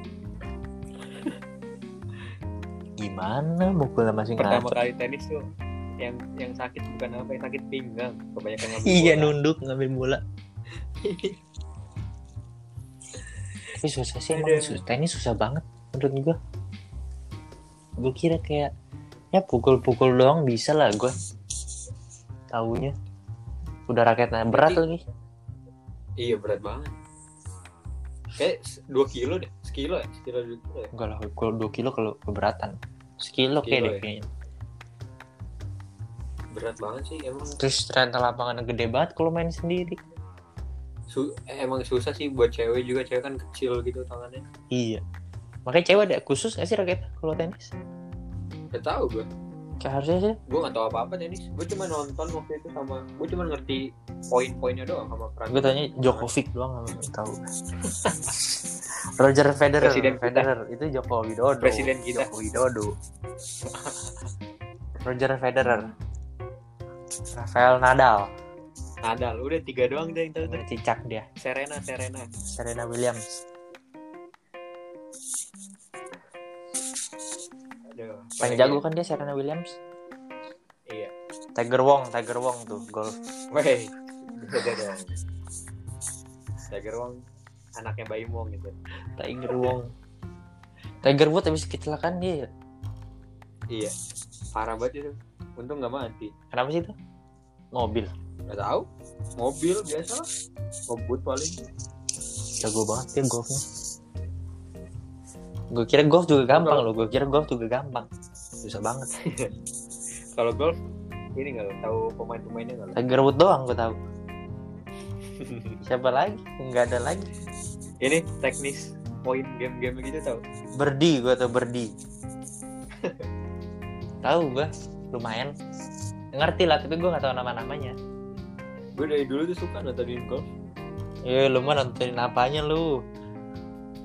S1: Gimana mukulnya masih ngasal?
S2: Pertama kali tenis tuh yang sakit bukan apa, yang sakit pinggang, kebanyakan ngambil bola.
S1: Iya, nunduk ngambil bola. Tapi susah sih emang, tenis susah banget menurut gue kira kayak ya pukul-pukul doang bisa lah gue. Taunya udah raketnya berat lagi.
S2: Iya berat banget. Kayak 2 kilo deh. Sekilo ya? 2 kilo ya?
S1: Enggak lah, kalau 2 kilo kalau keberatan. Sekilo kayak kayaknya.
S2: Berat banget sih emang.
S1: Terus ternyata lapangannya gede banget kalau main sendiri.
S2: Emang susah sih buat cewek juga, cewek kan kecil gitu tangannya.
S1: Iya. Makanya cewek ada khusus nggak sih raket kalau tenis?
S2: Gak tau gue.
S1: Kayak harusnya sih.
S2: Gue gak tau apa-apa tenis. Gue cuma nonton waktu itu sama. Gue cuma ngerti poin-poinnya doang sama peran.
S1: Gue tanya Djokovic doang gak tahu. Roger Federer. Itu Joko Widodo.
S2: Presiden kita.
S1: Joko Widodo. Roger Federer. Rafael Nadal.
S2: Udah 3 doang deh yang tahu tuh.
S1: Cicak dia. Serena Williams. Paling jago kan dia Serena Williams.
S2: Iya.
S1: Tiger Wong tuh golf.
S2: Weh, beda dong. Tiger Wong anaknya Baim Wong gitu.
S1: Tiger Woods habis kecelakaan dia.
S2: Iya. Parah banget itu. Untung nggak mati.
S1: Kenapa sih itu? Mobil.
S2: Nggak tahu. Mobil biasa lah. Ngebut paling.
S1: Jago banget dia golfnya. Gue kira golf juga gampang. Susah banget.
S2: Kalau golf ini nggak tahu pemain-pemainnya nggak?
S1: Tiger Woods doang gue tahu. Siapa lagi? Nggak ada lagi.
S2: Ini teknis poin game-game gitu tahu?
S1: Birdie, gue tau Birdie. Tahu gue, lumayan. Ngerti lah, tapi gue nggak tahu nama-namanya.
S2: Gue dari dulu tuh suka nontonin golf.
S1: Ya lu mah nontonin apanya lu?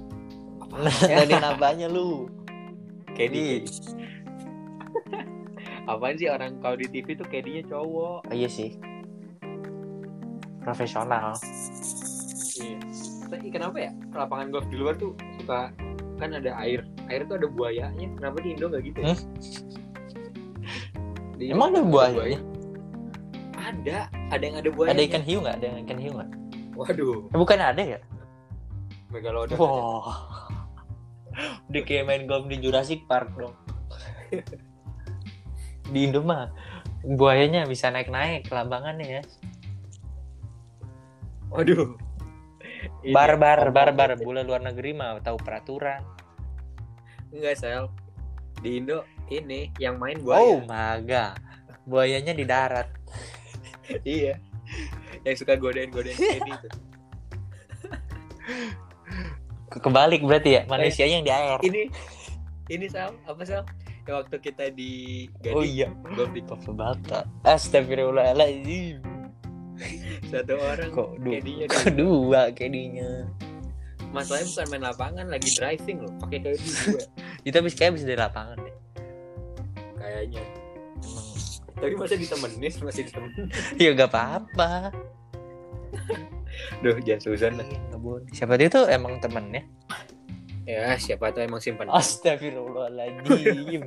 S1: Nontonin apanya lu?
S2: Kedi. Apaan sih orang kalau di TV tuh KD-nya cowok.
S1: Oh, iya sih. Profesional.
S2: Iya. Tapi kenapa ya lapangan golf di luar tuh suka kan ada air tuh ada buayanya. Kenapa di Indo nggak gitu? Ya?
S1: Emang ada buaya?
S2: Ada yang ada buaya.
S1: Ada ikan hiu nggak? Ada yang ikan hiu nggak?
S2: Waduh.
S1: Bukan ada ya?
S2: Megalodon.
S1: Wow. Udah kayak main golf di Jurassic Park dong. Di Indo mah buayanya bisa naik-naik ke lapangannya ya.
S2: Waduh.
S1: Barbar bule luar negeri mah tahu peraturan.
S2: Enggak, Sel. Di Indo ini yang main buaya.
S1: Oh maga. Buayanya di darat.
S2: Iya. Yang suka godain-godain KD itu.
S1: Kebalik berarti ya, manusianya yang di air.
S2: Ini Sal, apa Sal? Yang waktu kita di Gading.
S1: Oh iya.
S2: Golf di
S1: Coffee Bata. Astagfirullahaladzim.
S2: Satu orang
S1: Kok
S2: KD-nya
S1: dua KD-nya.
S2: Masalahnya bukan main lapangan, lagi driving loh, pakai KD juga.
S1: Itu kayak bisa dari lapangan deh.
S2: Kayaknya. Tapi masih ditemenin.
S1: Ya gak apa-apa.
S2: Duh, jangan suzon lah.
S1: Siapa itu emang temennya?
S2: Ya, siapa tuh emang simpan.
S1: Astagfirullahaladzim.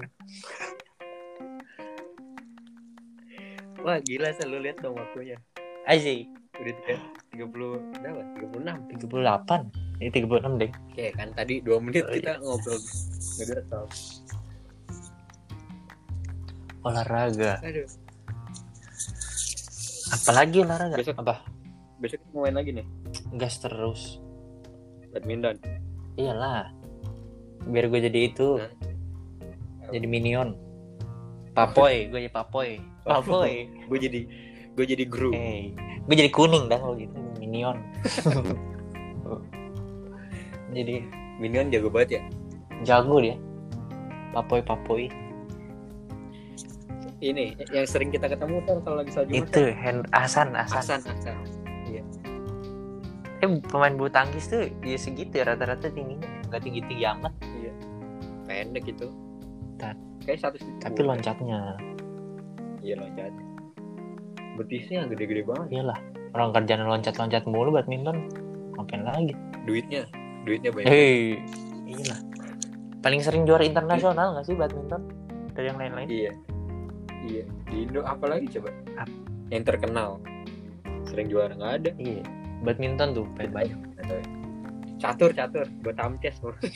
S2: Wah, gila selalu lihat dong waktunya.
S1: Asik.
S2: Udah 30 berapa? 36.
S1: 38. Ini 36 deh.
S2: Oke, kan tadi 2 menit
S1: Oh,
S2: kita
S1: iya.
S2: ngobrol. Ngerekam.
S1: Olahraga.
S2: Aduh.
S1: Apalagi olahraga?
S2: Besok.
S1: Apa?
S2: Besok mau main lagi nih.
S1: Gas terus.
S2: Badminton.
S1: Iyalah. Biar gue jadi itu.
S2: Nah.
S1: Jadi minion. Papoy. Gue jadi papoy. Papoy.
S2: Gue jadi guru.
S1: Gue jadi kuning dah kalau gitu. Minion. Jadi
S2: Minion jago banget ya.
S1: jago dia. Papoy.
S2: Ini yang sering kita ketemu tuh kalau lagi salju.
S1: Itu Hasan.
S2: Iya.
S1: Pemain bulu tangkis tuh ya segitu ya rata-rata tingginya. Gak tinggi-tinggi amat.
S2: Iya. Pendek gitu. Kayak 100.
S1: Tapi loncatnya.
S2: Iya, loncat. Betisnya gede-gede banget.
S1: Iyalah. Orang kerjaan loncat-loncat mulu badminton. Ngapain lagi?
S2: Duitnya banyak.
S1: Iyalah. Paling sering juara internasional nggak sih badminton dari yang lain-lain?
S2: Iya. Di Indo apalagi coba? Yang terkenal. Sering juara nggak ada.
S1: Iya. Badminton tuh paling banyak.
S2: Catur. Buat tamces.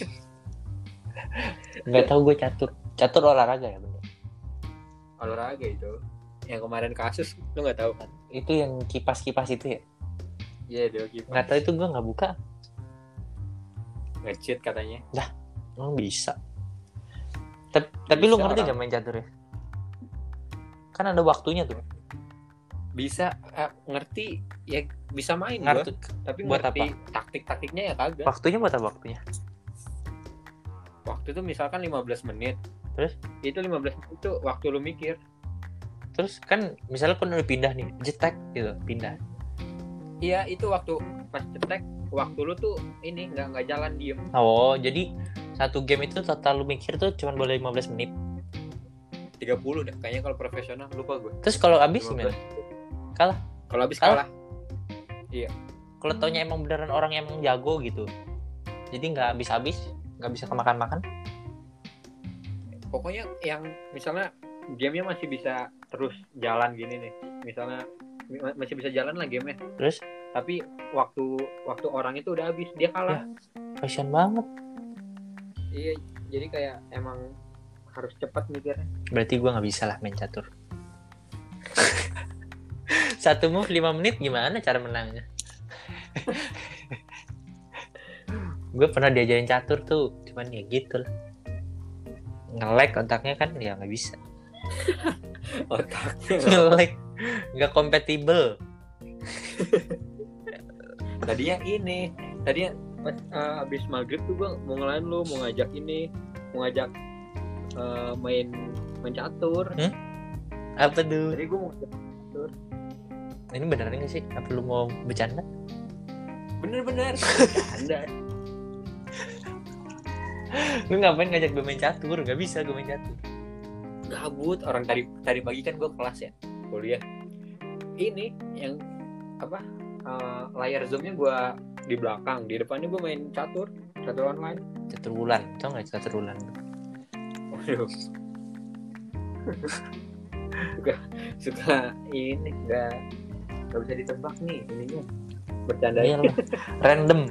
S1: Nggak tahu gue catur. Catur olahraga ya bener.
S2: Olahraga itu. Yang kemarin kasus lu nggak tahu kan?
S1: Itu yang kipas-kipas itu ya?
S2: Iya, dia kipas.
S1: Nggak tahu itu gue nggak buka.
S2: Nge-cheat katanya.
S1: Emang bisa. Tapi lu
S2: Bisa
S1: ngerti
S2: orang.
S1: nggak main catur ya? Kan ada waktunya tuh.
S2: Bisa ngerti ya, bisa main gua.
S1: Ngerti.
S2: Tapi
S1: Buat
S2: ngerti taktik-taktiknya ya kagak.
S1: Waktunya buat apa waktunya?
S2: Waktu itu misalkan 15 menit.
S1: Terus?
S2: Itu 15 menit itu waktu lu mikir.
S1: Terus kan misalnya kan udah pindah nih, jetek gitu, pindah.
S2: Iya, itu waktu pas cetek, waktu lu tuh ini nggak jalan diem.
S1: Oh, jadi satu game itu total lu mikir tuh cuma boleh 15 menit.
S2: 30 dah kayaknya kalau profesional, lupa gue.
S1: Terus kalau habis gimana? Kalah.
S2: Kalau habis
S1: Kalah?
S2: kalah.
S1: Kalau taunya emang beneran orang yang emang jago gitu. Jadi nggak habis-habis, nggak bisa kemakan-makan.
S2: Pokoknya yang misalnya gamenya masih bisa terus jalan gini nih. Misalnya masih bisa jalan lah gamenya.
S1: Terus?
S2: Tapi waktu orang itu udah habis, dia kalah.
S1: Kasian banget.
S2: Iya, jadi kayak emang harus cepat mikirnya.
S1: Berarti gue nggak bisa lah main catur. Satu move 5 menit gimana cara menangnya? Gue pernah diajarin catur tuh, cuman ya gitu lah. Nge-lag otaknya kan ya nggak bisa.
S2: Otaknya.
S1: Nge-lag, nggak kompatibel.
S2: Tadinya pas abis maghrib tuh gue mau ngelain lu, mau ngajak main catur.
S1: Apa tuh?
S2: Tadi gue mau ngajak catur.
S1: Ini beneran nggak sih? Apa lu mau bercanda?
S2: Bener bercanda.
S1: Lu ngapain ngajak gue main catur? Gak bisa gue main catur.
S2: gabut. Orang tadi pagi kan gue kelas ya, kuliah. Ini yang apa? Layar zoomnya gue di belakang, di depannya gue main catur online.
S1: Catur bulan, tau nggak catur bulan?
S2: Waduh. suka ini nggak bisa ditebak nih ininya, bercanda.
S1: Iyalah, random.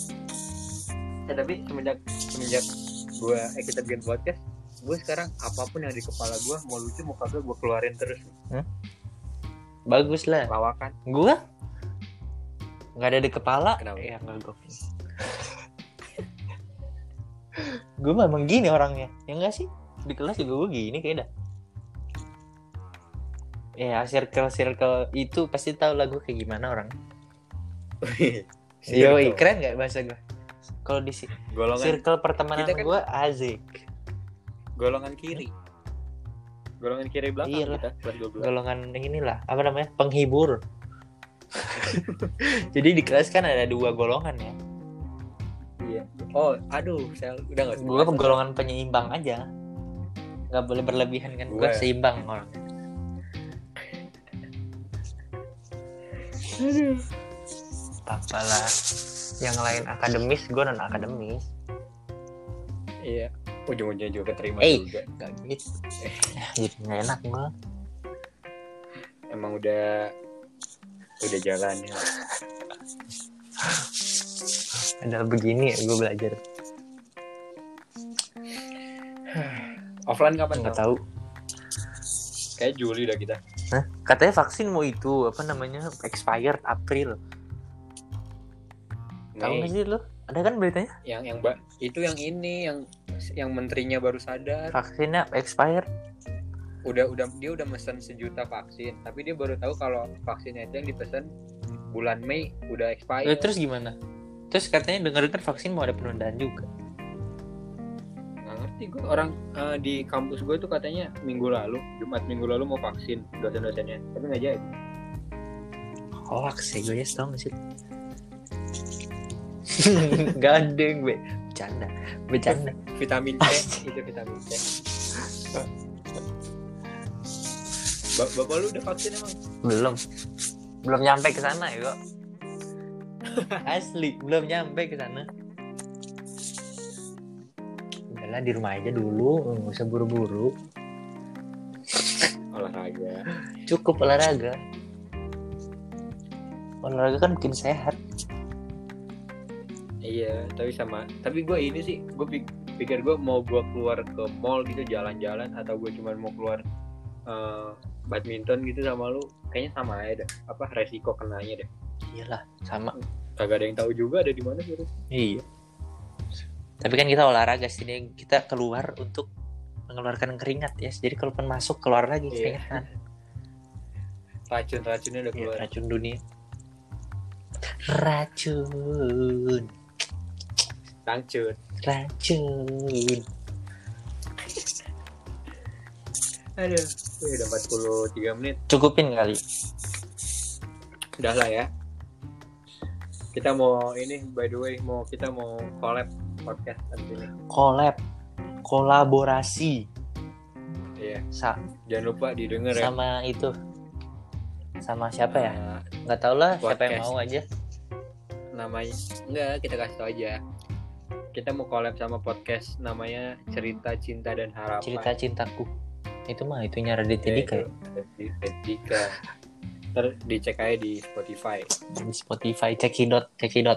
S2: Tapi semenjak gue kita bikin podcast, gue sekarang apapun yang di kepala gue mau lucu mau kagak gue keluarin terus.
S1: Bagus lah.
S2: Lawakan.
S1: Gue nggak ada di kepala.
S2: Kenapa?
S1: Ya nggak gue. Gue memang gini orangnya, ya nggak sih? Di kelas juga gue gini kayak dah. Ya circle itu pasti tahu lah gue kayak gimana orang. Yoi, keren nggak bahasa gue? Kalau di circle pertemanan kan gue asik.
S2: Golongan kiri belakang.
S1: Iyalah.
S2: Kita kelas 12.
S1: Golongan inilah apa namanya, penghibur. Jadi di kelas kan ada 2 golongan ya.
S2: Iya. Oh, aduh, saya udah nggak.
S1: Gue golongan penyeimbang aja, nggak boleh berlebihan kan. Gue seimbang orang. Apalah, yang lain akademis, gue non akademis.
S2: Iya, ujung-ujungnya juga keterima juga.
S1: Gak gitu. Jadi nggak enak gue.
S2: Emang udah jalannya.
S1: Padahal begini ya gue belajar.
S2: Offline kapan?
S1: Nggak tahu.
S2: Kayak Juli udah kita.
S1: Hah? Katanya vaksin mau itu apa namanya, expired April. Tahu nggak sih lo? Ada kan beritanya?
S2: Itu yang ini yang menterinya baru sadar.
S1: Vaksinnya expired.
S2: Dia udah mesen 1 juta vaksin, tapi dia baru tahu kalau vaksinnya itu yang dipesan bulan Mei udah expired.
S1: Terus gimana? Terus katanya dengar vaksin mau ada penundaan juga.
S2: Nggak ngerti gue, orang di kampus gue tuh katanya Jumat minggu lalu mau vaksin dosen-dosennya, tapi nggak jadi.
S1: Hoax sih gue, ya tau nggak sih? Gandeng gue, bercanda.
S2: Vitamin C itu vitamin C. Bapak lu udah vaksin emang? Belum
S1: nyampe ke sana ya kok. Asli belum nyampe ke sana. Udahlah di rumah aja dulu, nggak usah buru-buru.
S2: Olahraga.
S1: Cukup olahraga kan bikin sehat.
S2: Iya, tapi gue ini sih, gue pikir gue mau gue keluar ke mall gitu jalan-jalan, atau gue cuma mau keluar badminton gitu sama lu, kayaknya sama aja deh. Apa resiko kenanya deh.
S1: Iyalah, sama.
S2: Kagak ada yang tahu juga ada di mana gitu.
S1: Iya. Tapi kan kita olahraga sih, kita keluar untuk mengeluarkan keringat ya. Jadi kalau masuk keluar lagi keringat.
S2: Racun-racunnya udah keluar.
S1: Iya, racun dunia. Racun.
S2: Aduh, udah 43 menit.
S1: Cukupin kali.
S2: Udah lah ya. Kita mau ini, by the way, kita mau collab podcast ini.
S1: Kolaborasi.
S2: Iya. Jangan lupa didengar ya.
S1: Sama itu. Sama siapa ya? Nggak tahu lah, podcast. Siapa yang mau aja.
S2: Namanya enggak, kita kasih tau aja. Kita mau collab sama podcast namanya Cerita Cinta dan Harapan.
S1: Cerita Cintaku. Itu mah itunya Raditya Dika ya?
S2: Dika. Ntar dicek aja di Spotify.
S1: Cekidot.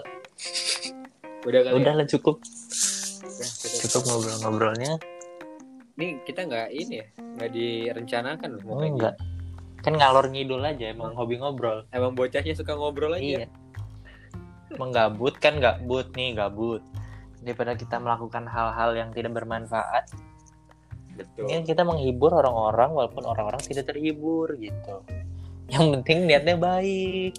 S1: Udah lah cukup. Cukup ngobrol-ngobrolnya.
S2: Nih kita nggak direncanakan loh.
S1: Enggak. Kan ngalor ngidul aja, emang hobi ngobrol.
S2: Emang bocahnya suka ngobrol aja.
S1: Iya. Emang gabut. Daripada kita melakukan hal-hal yang tidak bermanfaat.
S2: Betul.
S1: Ini kita menghibur orang-orang walaupun orang-orang tidak terhibur gitu. Yang penting niatnya baik.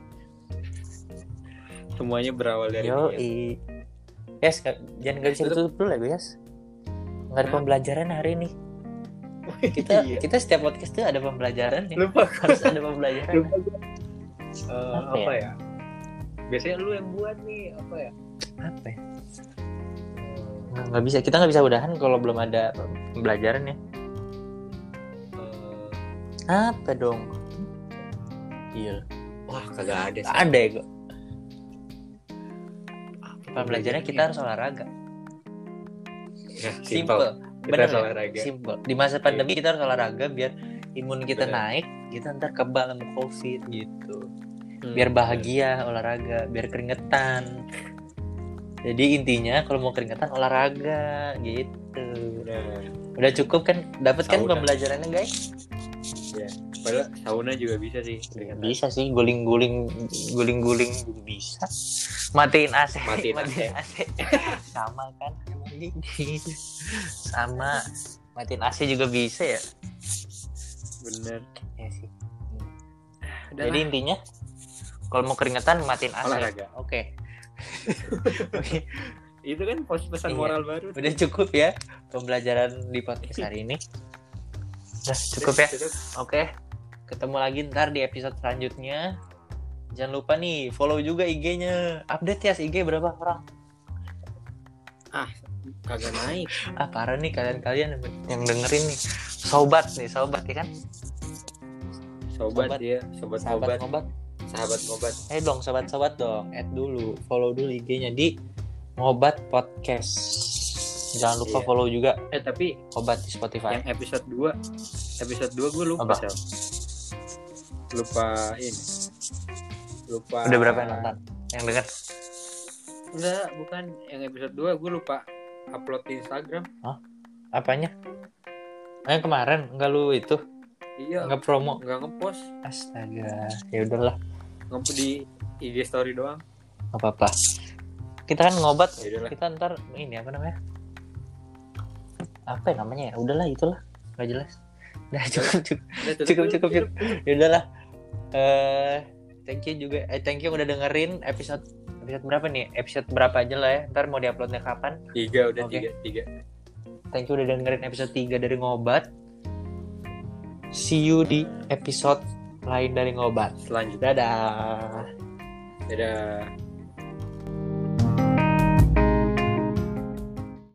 S2: Semuanya berawal dari niat.
S1: Yes, jangan gak bisa ditutup dulu ya guys. Nggak ada pembelajaran hari ini. Kita setiap podcast tuh ada pembelajaran nih. Harus ada pembelajaran.
S2: Apa ya? Biasanya lu yang buat nih apa ya?
S1: Kita nggak bisa udahan kalau belum ada pembelajaran ya. Apa dong? Iya.
S2: Wah, kagak ada sih.
S1: Ada ya kok. Pembelajarannya kita harus olahraga.
S2: Ya,
S1: Simple.
S2: Kita
S1: Bener
S2: harus
S1: ya?
S2: olahraga.
S1: Simple. Di masa pandemi kita harus olahraga biar imun kita
S2: Bener.
S1: naik, kita ntar kebal sama COVID gitu. Biar bahagia olahraga, biar keringetan. Jadi intinya kalau mau keringetan olahraga gitu.
S2: Bener.
S1: Udah cukup kan? Dapat kan
S2: Sauna.
S1: pembelajarannya guys?
S2: Ya. Padahal sauna juga bisa sih.
S1: Bisa sih, guling-guling juga bisa. Matiin AC.
S2: Matiin AC.
S1: Sama kan? Emang gini. Sama. Matiin AC juga bisa ya?
S2: Bener.
S1: Ya sih.
S2: Udah
S1: Jadi
S2: lah.
S1: intinya kalau mau keringetan matiin AC.
S2: Olahraga.
S1: Oke. Oke.
S2: Itu kan pesan
S1: Iya.
S2: moral baru.
S1: Udah cukup ya pembelajaran di podcast hari ini. Udah cukup ya.
S2: Cukup.
S1: Oke. Ketemu lagi ntar di episode selanjutnya. Jangan lupa nih follow juga IG-nya. Update ya IG berapa orang?
S2: Kagak naik.
S1: Parah nih kalian yang dengerin nih. Sobat ya kan?
S2: Sobat
S1: Sobat.
S2: dia, sobat
S1: Sahabat
S2: ngobat,
S1: ngobat.
S2: sahabat ngobat.
S1: Dong sobat-sobat dong. Add dulu, follow dulu IG-nya di Ngobat Podcast. Jangan lupa
S2: Iya.
S1: follow juga
S2: Tapi
S1: Ngobat di Spotify.
S2: yang episode 2 gue lupa.
S1: Apa?
S2: Sel. Lupa ini. Lupa.
S1: Udah berapa yang nonton? Yang denger?
S2: Enggak, bukan. Yang episode 2 gue lupa upload di Instagram.
S1: Apanya? Yang kemarin enggak lu itu
S2: Iya,
S1: enggak promo.
S2: enggak ngepost.
S1: Astaga, ya udahlah,
S2: Ngepost di IG story doang.
S1: enggak apa-apa. Kita kan ngobat,
S2: Ya udahlah.
S1: kita ntar ini apa namanya? Apa ya namanya ya? Udahlah itulah, enggak jelas. Udah cukup.
S2: Udah,
S1: Cukup. Ya udahlah. Thank you juga. Thank you udah dengerin episode berapa nih? Episode berapa aja lah ya. Ntar mau diuploadnya kapan?
S2: 3 udah.
S1: Oke.
S2: 3.
S1: Thank you udah dengerin episode 3 dari Ngobat. See you di episode lain dari Ngobat.
S2: Selanjutnya.
S1: Dadah.
S2: Dadah.